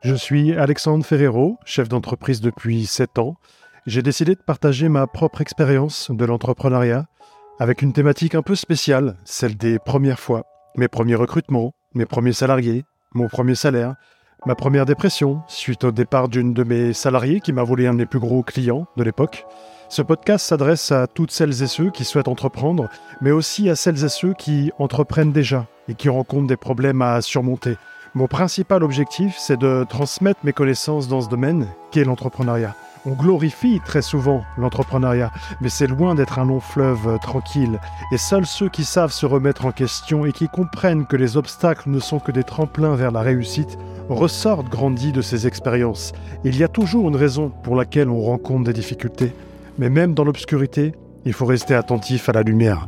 Je suis Alexandre Ferrero, chef d'entreprise depuis 7 ans. J'ai décidé de partager ma propre expérience de l'entrepreneuriat avec une thématique un peu spéciale, celle des premières fois. Mes premiers recrutements, mes premiers salariés, mon premier salaire, ma première dépression suite au départ d'une de mes salariés qui m'a volé un de mes plus gros clients de l'époque. Ce podcast s'adresse à toutes celles et ceux qui souhaitent entreprendre, mais aussi à celles et ceux qui entreprennent déjà et qui rencontrent des problèmes à surmonter. Mon principal objectif, c'est de transmettre mes connaissances dans ce domaine qu'est l'entrepreneuriat. On glorifie très souvent l'entrepreneuriat, mais c'est loin d'être un long fleuve tranquille. Et seuls ceux qui savent se remettre en question et qui comprennent que les obstacles ne sont que des tremplins vers la réussite ressortent grandis de ces expériences. Il y a toujours une raison pour laquelle on rencontre des difficultés. Mais même dans l'obscurité, il faut rester attentif à la lumière.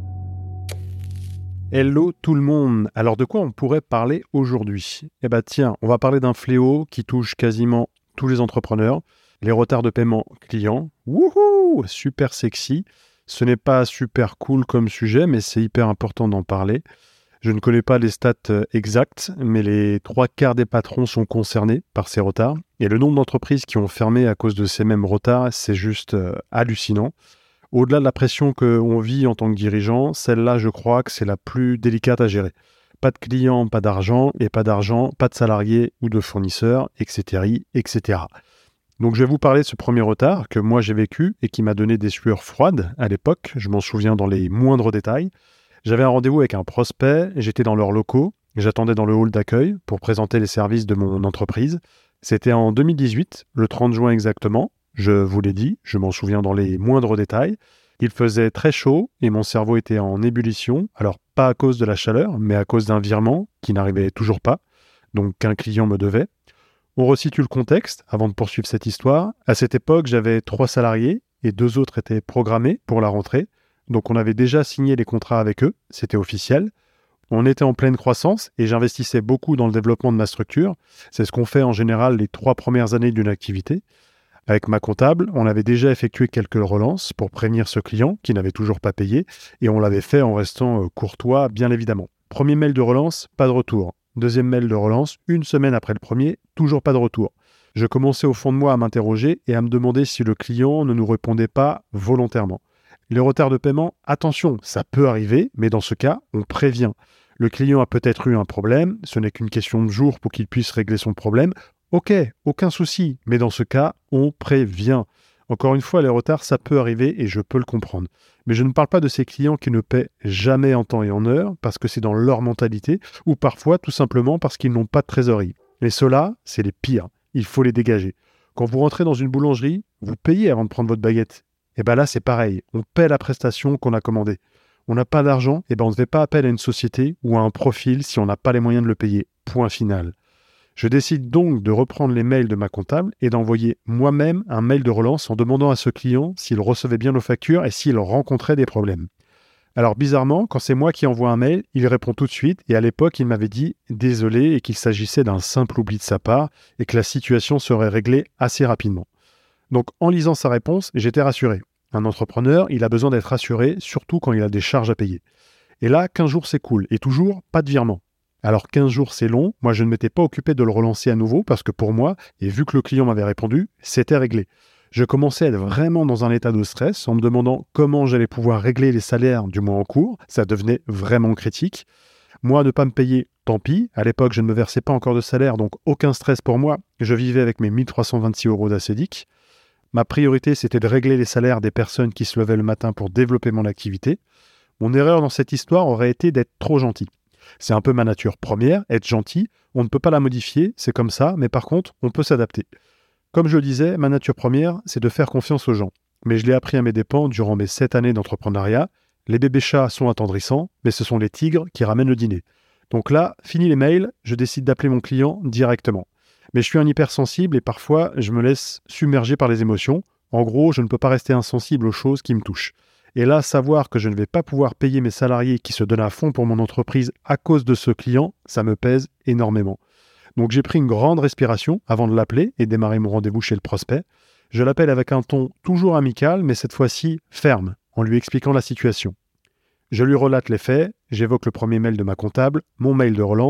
Hello tout le monde. Alors de quoi on pourrait parler aujourd'hui ? Tiens, on va parler d'un fléau qui touche quasiment tous les entrepreneurs, les retards de paiement clients. Wouhou ! Super sexy. Ce n'est pas super cool comme sujet, mais c'est hyper important d'en parler. Je ne connais pas les stats exactes, mais les 3/4 des patrons sont concernés par ces retards. Et le nombre d'entreprises qui ont fermé à cause de ces mêmes retards, c'est juste hallucinant. Au-delà de la pression qu'on vit en tant que dirigeant, celle-là, je crois que c'est la plus délicate à gérer. Pas de clients, pas d'argent, et pas d'argent, pas de salariés ou de fournisseurs, etc., etc. Donc je vais vous parler de ce premier retard que moi j'ai vécu et qui m'a donné des sueurs froides à l'époque, je m'en souviens dans les moindres détails. J'avais un rendez-vous avec un prospect, j'étais dans leurs locaux, j'attendais dans le hall d'accueil pour présenter les services de mon entreprise. C'était en 2018, le 30 juin exactement. Je vous l'ai dit, je m'en souviens dans les moindres détails. Il faisait très chaud et mon cerveau était en ébullition. Alors, pas à cause de la chaleur, mais à cause d'un virement qui n'arrivait toujours pas, donc qu'un client me devait. On resitue le contexte avant de poursuivre cette histoire. À cette époque, j'avais 3 salariés et 2 autres étaient programmés pour la rentrée. Donc, on avait déjà signé les contrats avec eux, c'était officiel. On était en pleine croissance et j'investissais beaucoup dans le développement de ma structure. C'est ce qu'on fait en général les 3 premières années d'une activité. Avec ma comptable, on avait déjà effectué quelques relances pour prévenir ce client qui n'avait toujours pas payé et on l'avait fait en restant courtois, bien évidemment. Premier mail de relance, pas de retour. Deuxième mail de relance, 1 semaine après le premier, toujours pas de retour. Je commençais au fond de moi à m'interroger et à me demander si le client ne nous répondait pas volontairement. Les retards de paiement, attention, ça peut arriver, mais dans ce cas, on prévient. Le client a peut-être eu un problème, ce n'est qu'une question de jours pour qu'il puisse régler son problème. Ok, aucun souci, mais dans ce cas, on prévient. Encore une fois, les retards, ça peut arriver et je peux le comprendre. Mais je ne parle pas de ces clients qui ne paient jamais en temps et en heure parce que c'est dans leur mentalité ou parfois tout simplement parce qu'ils n'ont pas de trésorerie. Et ceux-là, c'est les pires. Il faut les dégager. Quand vous rentrez dans une boulangerie, vous payez avant de prendre votre baguette. Et là, c'est pareil. On paie la prestation qu'on a commandée. On n'a pas d'argent, on ne fait pas appel à une société ou à un profil si on n'a pas les moyens de le payer. Point final. Je décide donc de reprendre les mails de ma comptable et d'envoyer moi-même un mail de relance en demandant à ce client s'il recevait bien nos factures et s'il rencontrait des problèmes. Alors bizarrement, quand c'est moi qui envoie un mail, il répond tout de suite et à l'époque, il m'avait dit « désolé » et qu'il s'agissait d'un simple oubli de sa part et que la situation serait réglée assez rapidement. Donc en lisant sa réponse, j'étais rassuré. Un entrepreneur, il a besoin d'être rassuré, surtout quand il a des charges à payer. Et là, 15 jours, c'est cool. Et toujours, pas de virement. Alors 15 jours, c'est long. Moi, je ne m'étais pas occupé de le relancer à nouveau parce que pour moi, et vu que le client m'avait répondu, c'était réglé. Je commençais à être vraiment dans un état de stress en me demandant comment j'allais pouvoir régler les salaires du mois en cours. Ça devenait vraiment critique. Moi, ne pas me payer, tant pis. À l'époque, je ne me versais pas encore de salaire, donc aucun stress pour moi. Je vivais avec mes 1 326 € d'ACEDIC. Ma priorité, c'était de régler les salaires des personnes qui se levaient le matin pour développer mon activité. Mon erreur dans cette histoire aurait été d'être trop gentil. C'est un peu ma nature première, être gentil. On ne peut pas la modifier, c'est comme ça, mais par contre, on peut s'adapter. Comme je le disais, ma nature première, c'est de faire confiance aux gens. Mais je l'ai appris à mes dépens durant mes 7 années d'entrepreneuriat. Les bébés chats sont attendrissants, mais ce sont les tigres qui ramènent le dîner. Donc là, fini les mails, je décide d'appeler mon client directement. Mais je suis un hypersensible et parfois, je me laisse submerger par les émotions. En gros, je ne peux pas rester insensible aux choses qui me touchent. Et là, savoir que je ne vais pas pouvoir payer mes salariés qui se donnent à fond pour mon entreprise à cause de ce client, ça me pèse énormément. Donc j'ai pris une grande respiration avant de l'appeler et démarrer mon rendez-vous chez le prospect. Je l'appelle avec un ton toujours amical, mais cette fois-ci ferme, en lui expliquant la situation. Je lui relate les faits, j'évoque le premier mail de ma comptable, mon mail de relance,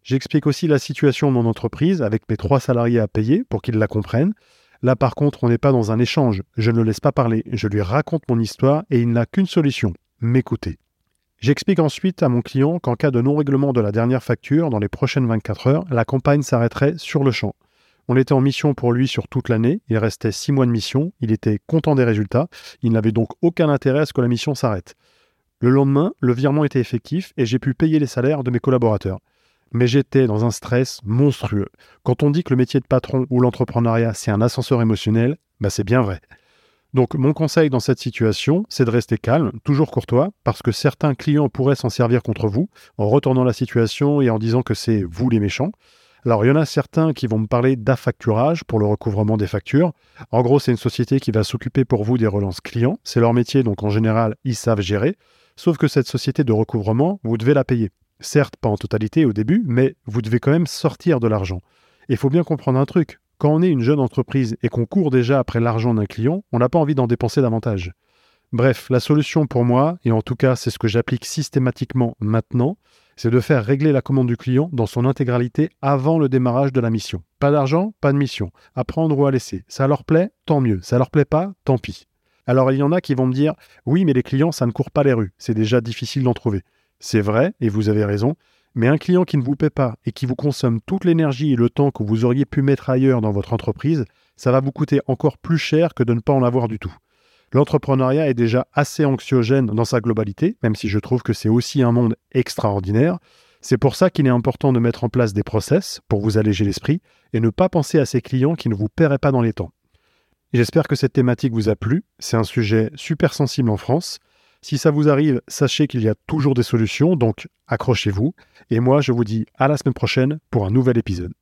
J'explique aussi la situation de mon entreprise avec mes 3 salariés à payer pour qu'ils la comprennent. Là, par contre, on n'est pas dans un échange. Je ne le laisse pas parler. Je lui raconte mon histoire et il n'a qu'une solution, m'écouter. J'explique ensuite à mon client qu'en cas de non-règlement de la dernière facture, dans les prochaines 24 heures, la campagne s'arrêterait sur le champ. On était en mission pour lui sur toute l'année. Il restait 6 mois de mission. Il était content des résultats. Il n'avait donc aucun intérêt à ce que la mission s'arrête. Le lendemain, le virement était effectif et j'ai pu payer les salaires de mes collaborateurs. Mais j'étais dans un stress monstrueux. Quand on dit que le métier de patron ou l'entrepreneuriat, c'est un ascenseur émotionnel, c'est bien vrai. Donc mon conseil dans cette situation, c'est de rester calme, toujours courtois, parce que certains clients pourraient s'en servir contre vous, en retournant la situation et en disant que c'est vous les méchants. Alors il y en a certains qui vont me parler d'affacturage pour le recouvrement des factures. En gros, c'est une société qui va s'occuper pour vous des relances clients. C'est leur métier, donc en général, ils savent gérer. Sauf que cette société de recouvrement, vous devez la payer. Certes, pas en totalité au début, mais vous devez quand même sortir de l'argent. Et il faut bien comprendre un truc. Quand on est une jeune entreprise et qu'on court déjà après l'argent d'un client, on n'a pas envie d'en dépenser davantage. Bref, la solution pour moi, et en tout cas c'est ce que j'applique systématiquement maintenant, c'est de faire régler la commande du client dans son intégralité avant le démarrage de la mission. Pas d'argent, pas de mission. À prendre ou à laisser. Ça leur plaît, tant mieux. Ça leur plaît pas, tant pis. Alors il y en a qui vont me dire « Oui, mais les clients, ça ne court pas les rues. C'est déjà difficile d'en trouver. » C'est vrai, et vous avez raison, mais un client qui ne vous paie pas et qui vous consomme toute l'énergie et le temps que vous auriez pu mettre ailleurs dans votre entreprise, ça va vous coûter encore plus cher que de ne pas en avoir du tout. L'entrepreneuriat est déjà assez anxiogène dans sa globalité, même si je trouve que c'est aussi un monde extraordinaire. C'est pour ça qu'il est important de mettre en place des process pour vous alléger l'esprit et ne pas penser à ces clients qui ne vous paieraient pas dans les temps. J'espère que cette thématique vous a plu. C'est un sujet super sensible en France. Si ça vous arrive, sachez qu'il y a toujours des solutions, donc accrochez-vous. Et moi, je vous dis à la semaine prochaine pour un nouvel épisode.